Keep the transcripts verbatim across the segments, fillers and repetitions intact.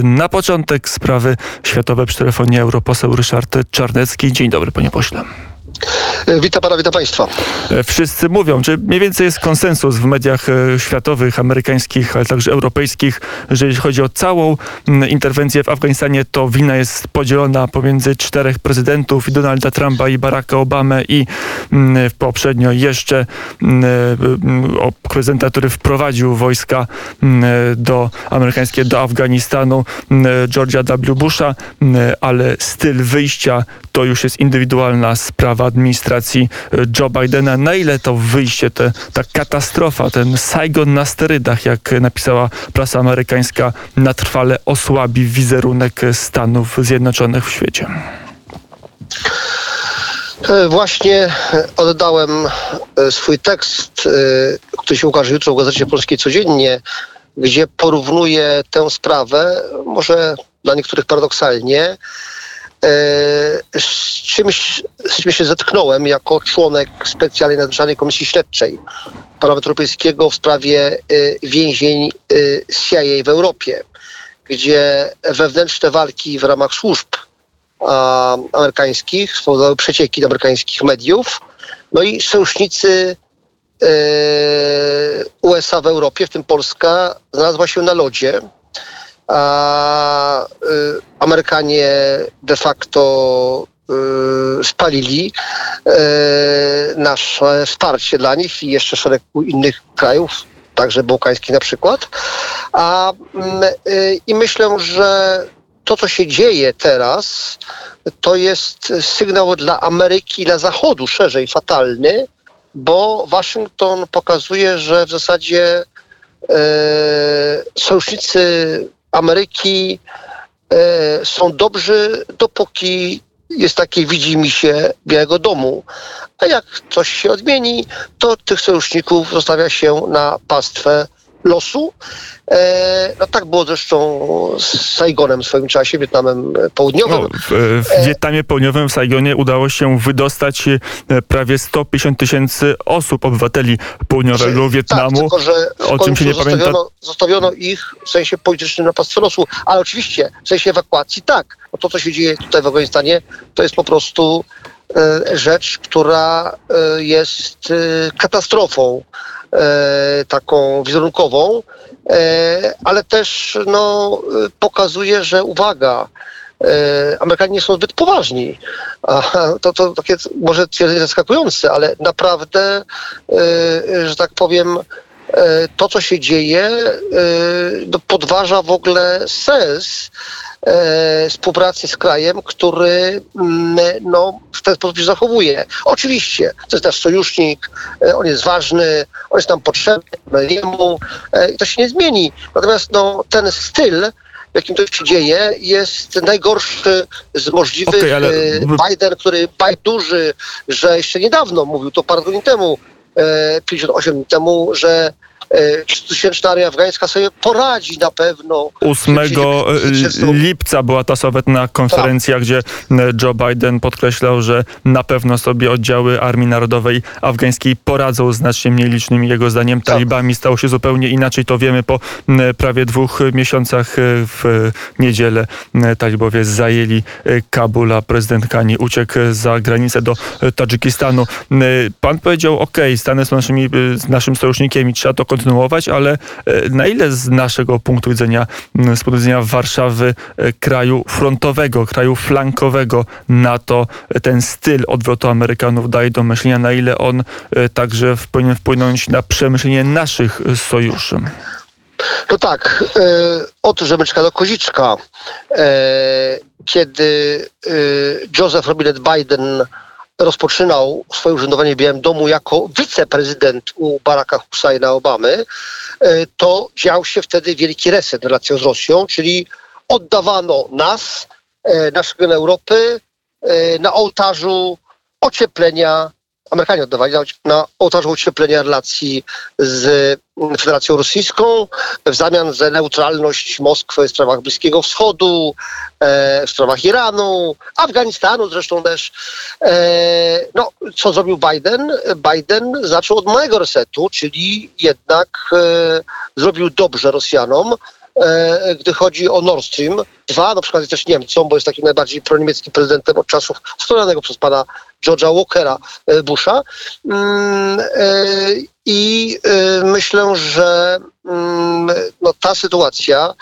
Na początek sprawy światowe przy telefonie europoseł Ryszard Czarnecki. Dzień dobry, panie pośle. Witam pana, witam państwa. Wszyscy mówią, że mniej więcej jest konsensus w mediach światowych, amerykańskich, ale także europejskich, że jeśli chodzi o całą interwencję w Afganistanie, to wina jest podzielona pomiędzy czterech prezydentów, i Donalda Trumpa, i Baracka Obamę, i poprzednio jeszcze prezydenta, który wprowadził wojska do amerykańskie do Afganistanu, George'a W. Busha, ale styl wyjścia to już jest indywidualna sprawa administracji Joe Bidena. Na ile to wyjście, te, ta katastrofa, ten Saigon na sterydach, jak napisała prasa amerykańska, na trwale osłabi wizerunek Stanów Zjednoczonych w świecie? Właśnie oddałem swój tekst, który się ukaże jutro w Gazecie Polskiej Codziennie, gdzie porównuję tę sprawę, może dla niektórych paradoksalnie, z czymś, z czym się zetknąłem jako członek specjalnej nadzwyczajnej komisji śledczej Parlamentu Europejskiego w sprawie więzień C I A w Europie, gdzie wewnętrzne walki w ramach służb a, amerykańskich spowodowały przecieki do amerykańskich mediów, no i sojusznicy e, U S A w Europie, w tym Polska, znalazła się na lodzie. A y, Amerykanie de facto y, spalili y, nasze wsparcie dla nich i jeszcze szeregu innych krajów, także bałkańskich na przykład. A, y, I myślę, że to, co się dzieje teraz, to jest sygnał dla Ameryki i dla Zachodu szerzej fatalny, bo Waszyngton pokazuje, że w zasadzie y, sojusznicy Ameryki e, są dobrzy, dopóki jest takie widzimisię Białego Domu. A jak coś się odmieni, to tych sojuszników zostawia się na pastwę losu. E, no tak było zresztą z Saigonem w swoim czasie, Wietnamem Południowym. No, w, w Wietnamie Południowym, w Saigonie udało się wydostać prawie sto pięćdziesiąt tysięcy osób, obywateli południowego Czy, Wietnamu, tak, tylko, że o czym się nie zostawiono, pamięta. Zostawiono ich w sensie politycznym na pastwę losu, ale oczywiście w sensie ewakuacji tak. No to, co się dzieje tutaj w Afganistanie, to jest po prostu e, rzecz, która e, jest e, katastrofą e, taką wizerunkową, e, ale też no, pokazuje, że uwaga, e, Amerykanie nie są zbyt poważni. A, to, to takie może twierdzenie zaskakujące, ale naprawdę, e, że tak powiem, to, co się dzieje, no, podważa w ogóle sens e, współpracy z krajem, który no, w ten sposób się zachowuje. Oczywiście, to jest nasz sojusznik, e, on jest ważny, on jest nam potrzebny, jemu e, i to się nie zmieni. Natomiast no, ten styl, w jakim to się dzieje, jest najgorszy z możliwych. Okay, ale... Biden, który bajduży, że jeszcze niedawno, mówił to parę godzin temu, pięćdziesiąt osiem dni temu, że trzytysięczna armia afgańska sobie poradzi na pewno. ósmego lipca była ta sławetna konferencja, tak, gdzie Joe Biden podkreślał, że na pewno sobie oddziały Armii Narodowej Afgańskiej poradzą z znacznie mniej licznymi, jego zdaniem, tak, talibami. Stało się zupełnie inaczej, to wiemy po prawie dwóch miesiącach. W niedzielę talibowie zajęli Kabul, a prezydent Kani uciekł za granicę do Tadżykistanu. Pan powiedział, ok, Stany są naszymi, naszym sojusznikiem i trzeba to kontynuować, ale na ile z naszego punktu widzenia, z punktu widzenia Warszawy, kraju frontowego, kraju flankowego NATO, ten styl odwrotu Amerykanów daje do myślenia, na ile on także powinien wpłynąć na przemyślenie naszych sojuszy? No tak, e, od rzemyczka do koziczka. E, kiedy e, Joseph Robinette Biden rozpoczynał swoje urzędowanie w Białym Domu jako wiceprezydent u Baracka Husseina Obamy, to dział się wtedy wielki reset w relacjach z Rosją, czyli oddawano nas, naszą region Europy, na ołtarzu ocieplenia, Amerykanie oddawali na ołtarzu ocieplenia relacji z Federacją Rosyjską w zamian za neutralność Moskwy w sprawach Bliskiego Wschodu, w sprawach Iranu, Afganistanu zresztą też. No, co zrobił Biden? Biden zaczął od małego resetu, czyli jednak zrobił dobrze Rosjanom, gdy chodzi o Nord Stream dwa, na przykład jest też Niemcom, bo jest takim najbardziej proniemieckim prezydentem od czasów wspomnianego przez pana George'a Walkera Busha. I myślę, że no, ta sytuacja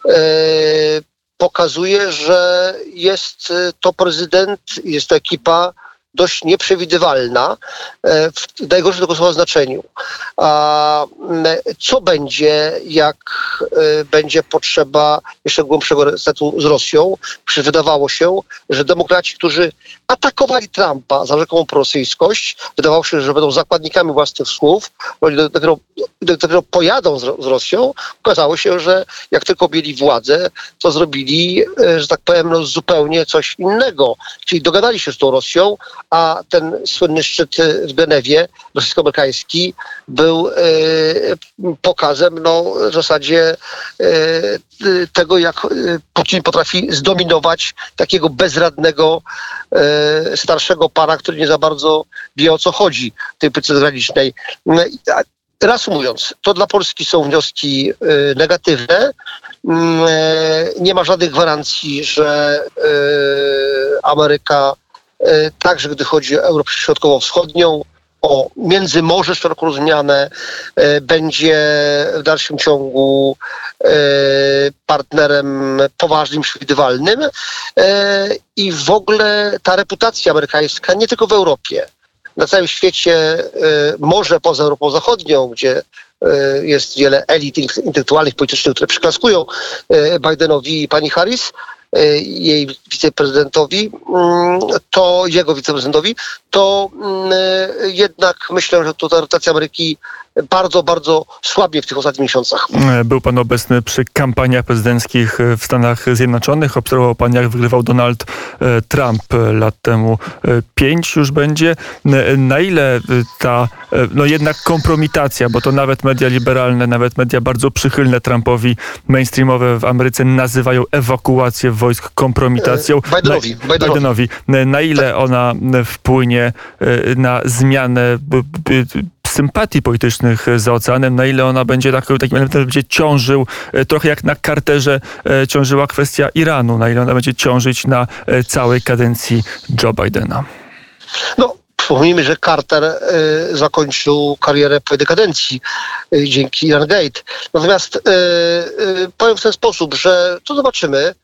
pokazuje, że jest to prezydent, jest to ekipa dość nieprzewidywalna w najgorszym tego słowa znaczeniu. A co będzie, jak będzie potrzeba jeszcze głębszego resetu z Rosją? Przecież wydawało się, że demokraci, którzy atakowali Trumpa za rzekomą prorosyjskość, wydawało się, że będą zakładnikami własnych słów, oni dopiero, dopiero pojadą z, z Rosją. Okazało się, że jak tylko mieli władzę, to zrobili, że tak powiem, no, zupełnie coś innego. Czyli dogadali się z tą Rosją, a ten słynny szczyt w Genewie, rosyjsko-amerykański, był e, pokazem no, w zasadzie e, tego, jak Putin potrafi zdominować takiego bezradnego e, starszego pana, który nie za bardzo wie, o co chodzi w tej polityce zagranicznej. Reasumując, to dla Polski są wnioski e, negatywne. E, nie ma żadnych gwarancji, że e, Ameryka także gdy chodzi o Europę Środkowo-Wschodnią, o Międzymorze szeroko rozumiane, będzie w dalszym ciągu partnerem poważnym, przewidywalnym i w ogóle ta reputacja amerykańska nie tylko w Europie, na całym świecie, może poza Europą Zachodnią, gdzie jest wiele elit intelektualnych, politycznych, które przyklaskują Bidenowi i pani Harris, jej wiceprezydentowi, to jego wiceprezydentowi, to jednak myślę, że to ta rotacja Ameryki bardzo, bardzo słabnie w tych ostatnich miesiącach. Był pan obecny przy kampaniach prezydenckich w Stanach Zjednoczonych. Obserwował pan, jak wygrywał Donald Trump lat temu. Pięć już będzie. Na ile ta no jednak kompromitacja, bo to nawet media liberalne, nawet media bardzo przychylne Trumpowi, mainstreamowe w Ameryce nazywają ewakuację wojsk kompromitacją. Bidenowi. Na, Bidenowi. Na ile ona wpłynie na zmianę sympatii politycznych za oceanem, na ile ona będzie takim, takim elementem, będzie ciążył, trochę jak na Carterze ciążyła kwestia Iranu, na ile ona będzie ciążyć na całej kadencji Joe Bidena. No, przypomnijmy, że Carter y, zakończył karierę po jednej kadencji y, dzięki Irangate. Natomiast y, y, powiem w ten sposób, że to zobaczymy. Y,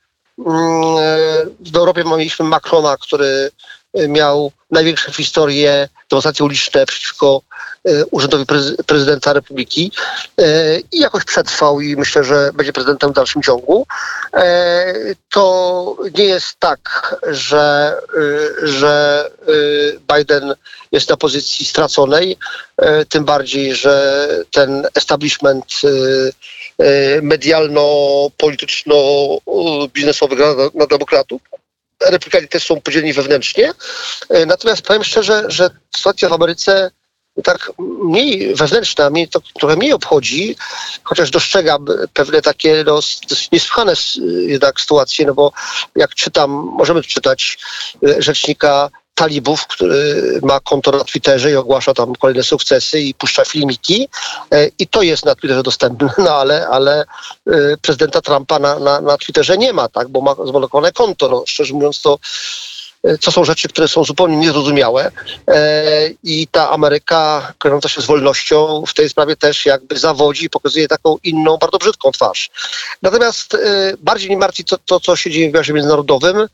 w Europie mieliśmy Macrona, który miał największe w historii demonstracje uliczne przeciwko e, urzędowi prezy- prezydenta Republiki e, i jakoś przetrwał i myślę, że będzie prezydentem w dalszym ciągu. E, to nie jest tak, że, e, że e, Biden jest na pozycji straconej, e, tym bardziej, że ten establishment e, e, medialno-polityczno-biznesowy gra na, na demokratów. Republikanie też są podzieleni wewnętrznie. Natomiast powiem szczerze, że sytuacja w Ameryce tak mniej wewnętrzna, mnie to trochę mniej obchodzi, chociaż dostrzegam pewne takie no, niesłychane jednak sytuacje, no bo jak czytam, możemy czytać rzecznika talibów, który ma konto na Twitterze i ogłasza tam kolejne sukcesy i puszcza filmiki i to jest na Twitterze dostępne, no ale, ale prezydenta Trumpa na, na, na Twitterze nie ma, tak, bo ma zablokowane konto. No, szczerze mówiąc, to to są rzeczy, które są zupełnie niezrozumiałe i ta Ameryka kojarząca się z wolnością w tej sprawie też jakby zawodzi i pokazuje taką inną, bardzo brzydką twarz. Natomiast bardziej mnie martwi to, to co się dzieje w wymiarze międzynarodowym.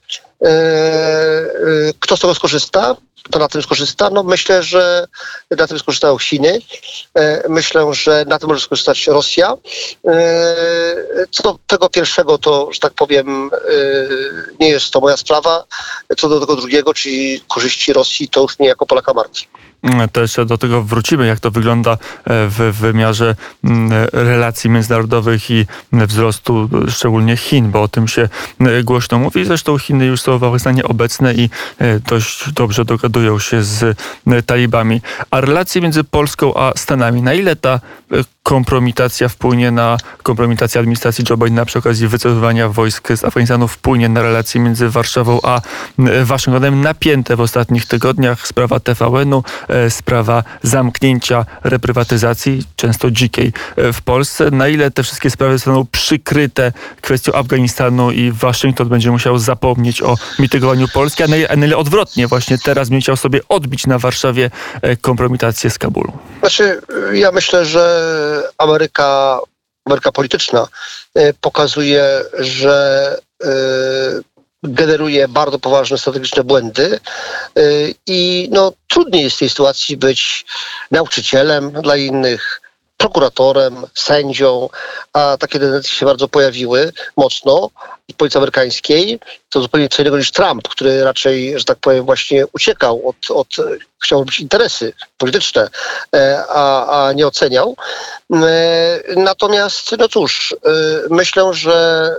Kto z tego skorzysta? Kto na tym skorzysta? No myślę, że na tym skorzystają Chiny. Myślę, że na tym może skorzystać Rosja. Co do tego pierwszego, to, że tak powiem, nie jest to moja sprawa. Co do tego drugiego, czyli korzyści Rosji, to już mnie jako Polaka martwi. To jeszcze do tego wrócimy, jak to wygląda w wymiarze relacji międzynarodowych i wzrostu szczególnie Chin, bo o tym się głośno mówi. Zresztą Chiny już są w Afganistanie obecne i dość dobrze dogadują się z talibami. A relacje między Polską a Stanami, na ile ta kompromitacja wpłynie na kompromitację administracji Joe Bidena przy okazji wycofywania wojsk z Afganistanu, wpłynie na relacje między Warszawą a Waszyngtonem, napięte w ostatnich tygodniach? Sprawa T V N-u, sprawa zamknięcia reprywatyzacji, często dzikiej w Polsce. Na ile te wszystkie sprawy zostaną przykryte kwestią Afganistanu i Waszyngton będzie musiał zapomnieć o mitygowaniu Polski, a na ile, a na ile odwrotnie właśnie teraz będzie chciał sobie odbić na Warszawie kompromitację z Kabulu? Znaczy, ja myślę, że Ameryka, Ameryka polityczna pokazuje, że generuje bardzo poważne strategiczne błędy i no, trudniej jest w tej sytuacji być nauczycielem dla innych, prokuratorem, sędzią, a takie tendencje się bardzo pojawiły mocno w polityce amerykańskiej. To zupełnie co innego niż Trump, który raczej, że tak powiem, właśnie uciekał od, od chciał robić interesy polityczne, a, a nie oceniał. Natomiast, no cóż, myślę, że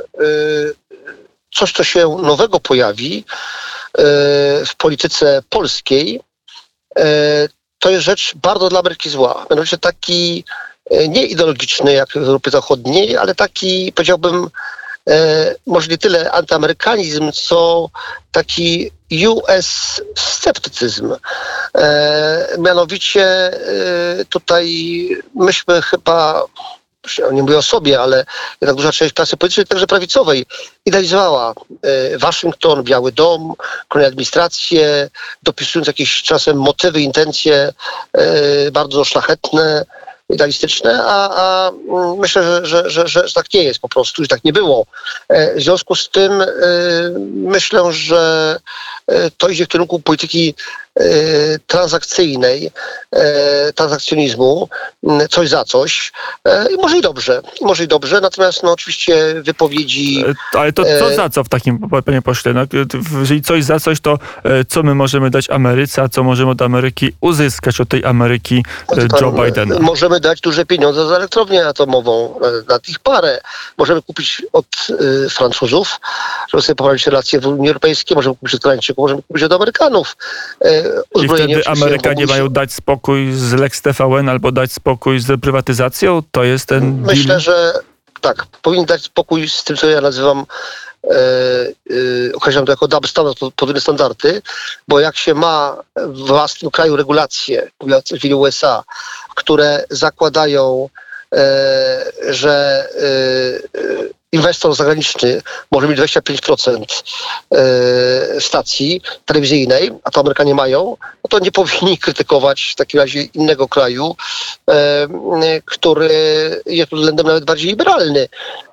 coś, co się nowego pojawi w polityce polskiej, to jest rzecz bardzo dla Ameryki zła. Mianowicie taki nie ideologiczny jak w Europie Zachodniej, ale taki, powiedziałbym, może nie tyle antyamerykanizm, co taki U S sceptycyzm. Mianowicie tutaj myśmy chyba, nie mówię o sobie, ale jednak duża część klasy politycznej, także prawicowej, idealizowała Waszyngton, Biały Dom, kolejne administracje, dopisując jakieś czasem motywy, intencje bardzo szlachetne, idealistyczne, a, a myślę, że, że, że, że tak nie jest po prostu, że tak nie było. W związku z tym myślę, że to idzie w kierunku polityki transakcyjnej, transakcjonizmu, coś za coś. I może i dobrze, może i dobrze, natomiast no oczywiście wypowiedzi... Ale to co za co w takim, panie pośle? No, jeżeli coś za coś, to co my możemy dać Ameryce, a co możemy od Ameryki uzyskać, od tej Ameryki Joe Bidena? Możemy dać duże pieniądze za elektrownię atomową, na ich parę. Możemy kupić od y, Francuzów, żeby sobie poprawić relacje w Unii Europejskiej, możemy kupić od Koreańczyków, możemy kupić od Amerykanów. I wtedy Amerykanie mają dać spokój z Lex T V N albo dać spokój z prywatyzacją? To jest ten Myślę, deal? że tak, powinni dać spokój z tym, co ja nazywam, e, e, określam to jako double standard, podwójne standardy, bo jak się ma w własnym kraju regulacje, w chwili U S A, które zakładają, e, że e, inwestor zagraniczny może mieć dwadzieścia pięć procent stacji telewizyjnej, a to Amerykanie mają, no to nie powinni krytykować w takim razie innego kraju, który jest pod względem nawet bardziej liberalny.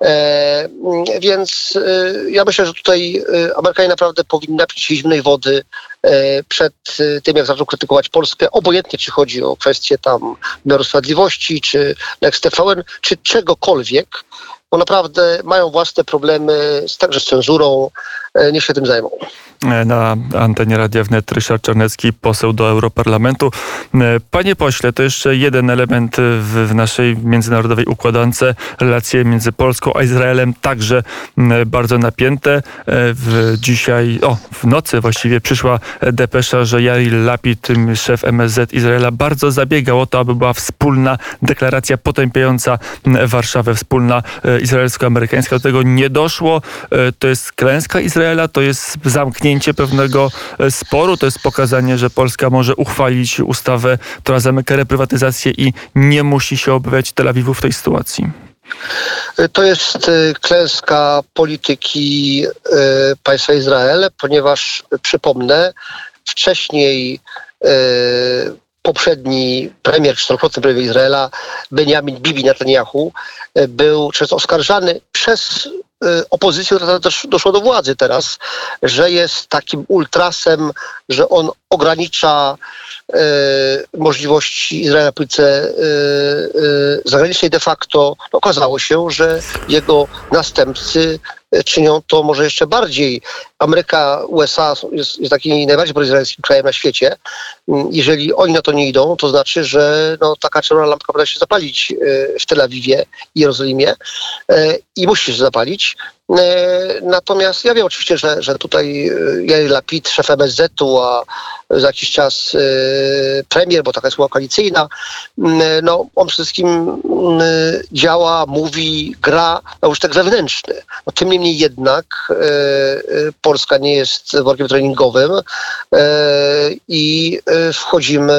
Więc ja myślę, że tutaj Amerykanie naprawdę powinni napić się zimnej wody przed tym, jak zaczną krytykować Polskę, obojętnie czy chodzi o kwestie tam wymiaru sprawiedliwości, czy Lex T V N, czy czegokolwiek, bo naprawdę mają własne problemy, także z cenzurą, niech się tym zajmą. Na antenie Radia Wnet Ryszard Czarnecki, poseł do Europarlamentu. Panie pośle, to jeszcze jeden element w, w naszej międzynarodowej układance. Relacje między Polską a Izraelem także bardzo napięte. W dzisiaj, o, w nocy właściwie przyszła depesza, że Yair Lapid, szef M S Z Izraela, bardzo zabiegał o to, aby była wspólna deklaracja potępiająca Warszawę, wspólna izraelsko-amerykańska. Do tego nie doszło. To jest klęska Izraela, to jest zamknięcie pewnego sporu, to jest pokazanie, że Polska może uchwalić ustawę, która zamyka reprywatyzację i nie musi się obawiać Tel Awiwu w tej sytuacji. To jest klęska polityki państwa Izrael, ponieważ przypomnę, wcześniej poprzedni premier, czterokrotny premier Izraela, Benjamin Bibi Netanyahu, był często oskarżany przez opozycję, która też doszła do władzy teraz, że jest takim ultrasem, że on ogranicza e, możliwości Izraela w polityce e, e, zagranicznej. De facto okazało się, że jego następcy czynią to może jeszcze bardziej. Ameryka, U S A jest, jest takim najbardziej proizraelskim krajem na świecie. Jeżeli oni na to nie idą, to znaczy, że no, taka czerwona lampka powinna się zapalić w Tel Awiwie i Jerozolimie i musi się zapalić. Natomiast ja wiem oczywiście, że, że tutaj Jair Lapid, szef M S Z-u, a za jakiś czas premier, bo taka jest umowa koalicyjna, no on przede wszystkim działa, mówi, gra na użytek wewnętrzny. No, tym niemniej jednak Polska nie jest workiem treningowym i wchodzimy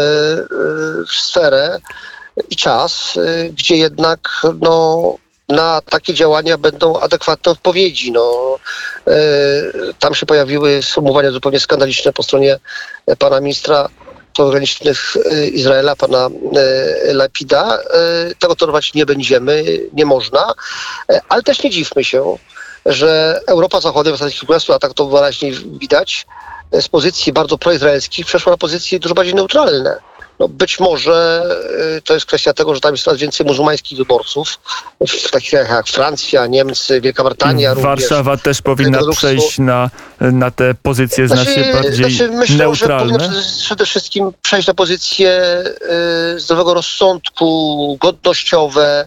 w sferę i czas, gdzie jednak no, na takie działania będą adekwatne odpowiedzi. No, e, tam się pojawiły sformułowania zupełnie skandaliczne po stronie pana ministra spraw zagranicznych Izraela, pana e, Lapida. E, tego tolerować nie będziemy, nie można, e, ale też nie dziwmy się, że Europa Zachodnia w ostatnich kilkunastu latach, to wyraźnie widać, z pozycji bardzo proizraelskich przeszła na pozycje dużo bardziej neutralne. No być może y, to jest kwestia tego, że tam jest coraz więcej muzułmańskich wyborców w takich krajach jak Francja, Niemcy, Wielka Brytania. Warszawa również, też powinna przejść na, na te pozycje znacznie znaczy, bardziej znaczy myślę, neutralne. Że powinna przede wszystkim przejść na pozycje y, zdrowego rozsądku, godnościowe.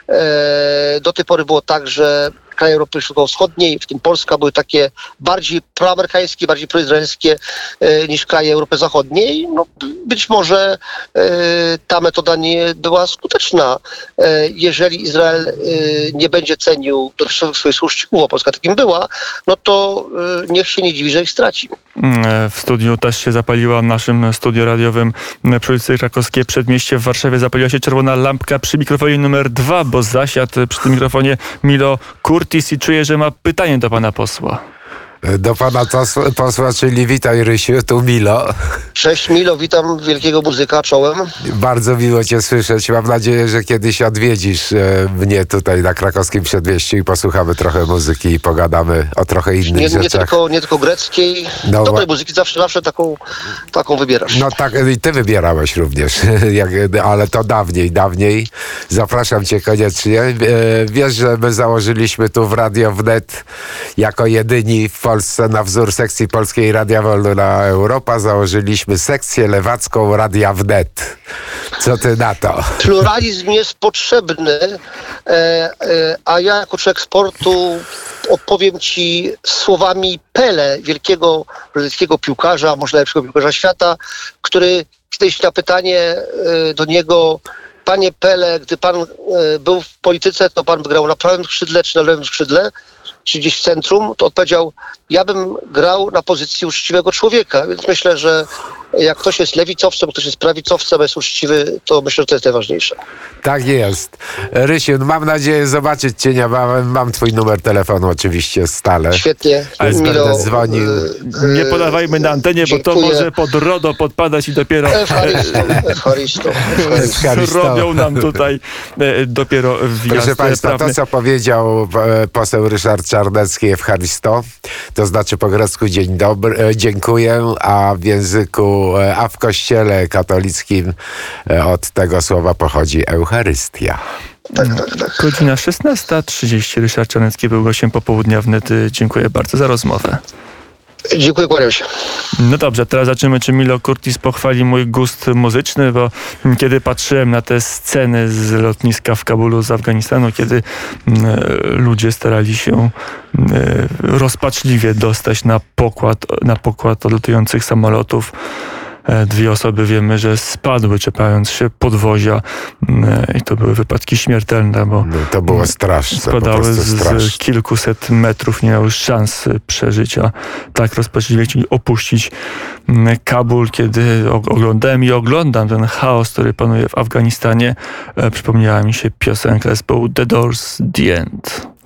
Y, do tej pory było tak, że kraje Europy Środkowo-Wschodniej, w tym Polska, były takie bardziej proamerykańskie, bardziej proizraelskie e, niż kraje Europy Zachodniej. No, być może e, ta metoda nie była skuteczna. E, jeżeli Izrael e, nie będzie cenił dotychczasowych swoich słuszników, a Polska takim była, no to e, niech się nie dziwi, że ich straci. W studiu też się zapaliła, w naszym studiu radiowym przy ulicy Krakowskiej Przedmieście w Warszawie zapaliła się czerwona lampka przy mikrofonie numer dwa, bo zasiadł przy tym mikrofonie Milo Kurtis i czuję, że ma pytanie do pana posła. Do pana posła, czyli witaj Rysiu, tu Milo. Cześć Milo, witam wielkiego muzyka czołem. Bardzo miło cię słyszeć. Mam nadzieję, że kiedyś odwiedzisz e, mnie tutaj na Krakowskim Przedmieściu i posłuchamy trochę muzyki i pogadamy o trochę innych nie, rzeczach. Nie tylko, nie tylko greckiej. No, dobrej muzyki zawsze, zawsze taką, taką wybierasz. No tak, i ty wybierałeś również, Jak, ale to dawniej, dawniej. Zapraszam cię koniecznie. E, wiesz, że my założyliśmy tu w Radio Wnet jako jedyni w Polsce na wzór sekcji polskiej Radia Wolna Europa założyliśmy sekcję lewacką Radia Wnet. Co ty na to? Pluralizm jest potrzebny, e, e, a ja jako człowiek sportu odpowiem ci słowami Pele, wielkiego brazylijskiego piłkarza, może najlepszego piłkarza świata, który kiedyś na pytanie e, do niego: panie Pele, gdy pan e, był w polityce, to pan grał na prawym skrzydle czy na lewym skrzydle, czy gdzieś w centrum, to odpowiedział: ja bym grał na pozycji uczciwego człowieka. Więc myślę, że jak ktoś jest lewicowcem, ktoś jest prawicowcem, jest uczciwy, to myślę, że to jest najważniejsze. Tak jest. Rysiu, mam nadzieję zobaczyć cię. Nie mam, mam twój numer telefonu oczywiście stale. Świetnie. Milo, dzwonił. Nie podawajmy na antenie, dziękuję. Bo to może pod RODO podpadać i dopiero robią nam tutaj dopiero wjazd. Proszę państwa, prawny. To co powiedział poseł Ryszard Czarnecki Ewcharisto, to znaczy po grecku dzień dobry, dziękuję, a w języku, a w kościele katolickim od tego słowa pochodzi Eucharystia. Tak, tak, tak. Godzina szesnasta trzydzieści. Ryszard Czarnecki był gościem popołudnia wnet. Dziękuję bardzo za rozmowę. Dziękuję, kłaniam się. No dobrze, teraz zobaczymy, czy Milo Kurtis pochwali mój gust muzyczny, bo kiedy patrzyłem na te sceny z lotniska w Kabulu z Afganistanu, kiedy ludzie starali się rozpaczliwie dostać na pokład, na pokład odlatujących samolotów, dwie osoby wiemy, że spadły, czepiając się podwozia i to były wypadki śmiertelne, bo no, to było straszne, spadały z, z kilkuset metrów, nie miały szans przeżycia. Tak rozpaczliwie chcieli opuścić Kabul. Kiedy oglądałem i oglądam ten chaos, który panuje w Afganistanie, przypomniała mi się piosenka zespołu The Doors, The End.